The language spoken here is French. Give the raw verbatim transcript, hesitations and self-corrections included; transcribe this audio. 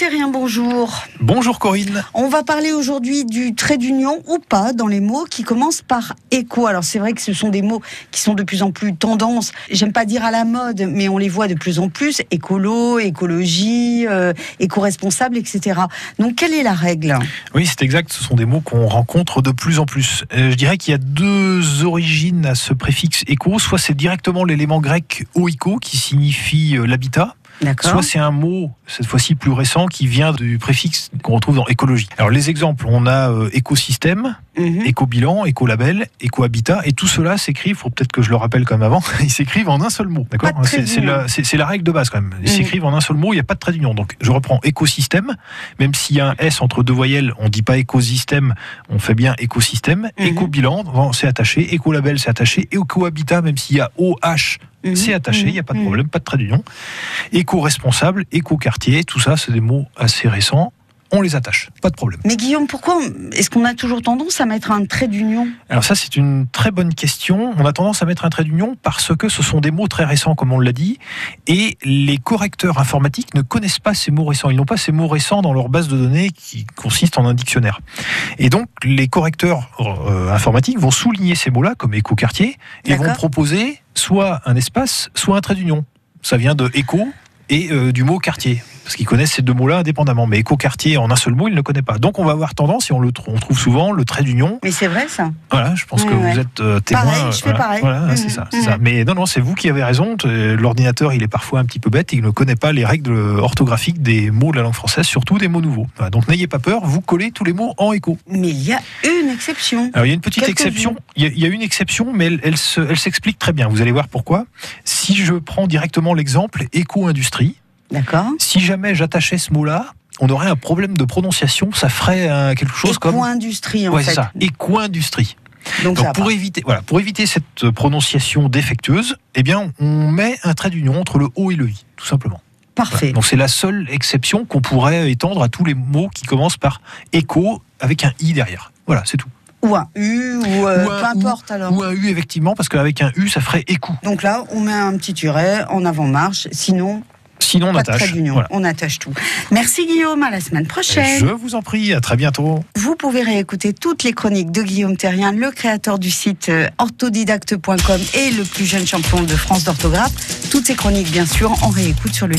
Terrien, bonjour. Bonjour Corinne. On va parler aujourd'hui du trait d'union ou pas dans les mots qui commencent par éco. Alors c'est vrai que ce sont des mots qui sont de plus en plus tendance. J'aime pas dire à la mode, mais on les voit de plus en plus. Écolo, écologie, euh, éco-responsable, et cetera. Donc quelle est la règle ? Oui, c'est exact. Ce sont des mots qu'on rencontre de plus en plus. Euh, je dirais qu'il y a deux origines à ce préfixe éco. Soit c'est directement l'élément grec oiko qui signifie euh, l'habitat. D'accord. Soit c'est un mot, cette fois-ci plus récent, qui vient du préfixe qu'on retrouve dans écologie. Alors les exemples, on a euh, écosystème, mm-hmm. éco-bilan, éco-label, éco-habitat, et tout cela s'écrit, il faut peut-être que je le rappelle quand même avant, ils s'écrivent en un seul mot. D'accord ? C'est, c'est, la, c'est, c'est la règle de base quand même. Ils mm-hmm. s'écrivent en un seul mot, il n'y a pas de trait d'union. Donc je reprends écosystème, même s'il y a un S entre deux voyelles, on ne dit pas écosystème, on fait bien écosystème. Mm-hmm. Éco-bilan, c'est attaché, éco-label, c'est attaché, éco-habitat, même s'il y a O H, Mmh, c'est attaché, il mmh, n'y a pas de problème, mmh. pas de trait d'union. Éco-responsable, éco-quartier, tout ça, c'est des mots assez récents. On les attache, pas de problème. Mais Guillaume, pourquoi est-ce qu'on a toujours tendance à mettre un trait d'union ? Alors ça, c'est une très bonne question. On a tendance à mettre un trait d'union parce que ce sont des mots très récents, comme on l'a dit, et les correcteurs informatiques ne connaissent pas ces mots récents. Ils n'ont pas ces mots récents dans leur base de données qui consiste en un dictionnaire. Et donc, les correcteurs euh, informatiques vont souligner ces mots-là, comme éco-quartier, et D'accord. vont proposer soit un espace, soit un trait d'union. Ça vient de éco et euh, du mot quartier. Parce qu'ils connaissent ces deux mots-là indépendamment. Mais éco-quartier, en un seul mot, ils ne le connaissent pas. Donc on va avoir tendance, et on le on trouve souvent, le trait d'union. Mais c'est vrai ça. Voilà, je pense ouais, que ouais. vous êtes euh, témoin. Pareil, je fais voilà, pareil. Voilà, mmh, c'est ça, c'est mmh. ça. Mais non, non, c'est vous qui avez raison. L'ordinateur, il est parfois un petit peu bête. Il ne connaît pas les règles orthographiques des mots de la langue française, surtout des mots nouveaux. Voilà, donc n'ayez pas peur, vous collez tous les mots en éco. Mais il y a une exception. Alors il y a une petite Quelques exception. Il y, a, il y a une exception, mais elle, elle, se, elle s'explique très bien. Vous allez voir pourquoi. Si je prends directement l'exemple éco-industrie, D'accord. si jamais j'attachais ce mot-là, on aurait un problème de prononciation, ça ferait euh, quelque chose Éco-industrie, comme... Éco-industrie, en ouais, fait. c'est ça, éco-industrie. Donc, Donc pour, éviter, voilà, pour éviter cette prononciation défectueuse, eh bien, on met un trait d'union entre le O et le I, tout simplement. Parfait. Voilà. Donc c'est la seule exception qu'on pourrait étendre à tous les mots qui commencent par éco avec un I derrière. Voilà, c'est tout. Ou un U, ou, euh, ou un, peu importe ou, alors. Ou un U, effectivement, parce qu'avec un U, ça ferait écou. Donc là, on met un petit tiret en avant-marche, sinon... Sinon, on pas attache. De trait d'union. Voilà. On attache tout. Merci Guillaume, à la semaine prochaine. Je vous en prie, à très bientôt. Vous pouvez réécouter toutes les chroniques de Guillaume Terrien, le créateur du site orthodidacte point com et le plus jeune champion de France d'orthographe. Toutes ces chroniques, bien sûr, en réécoute sur le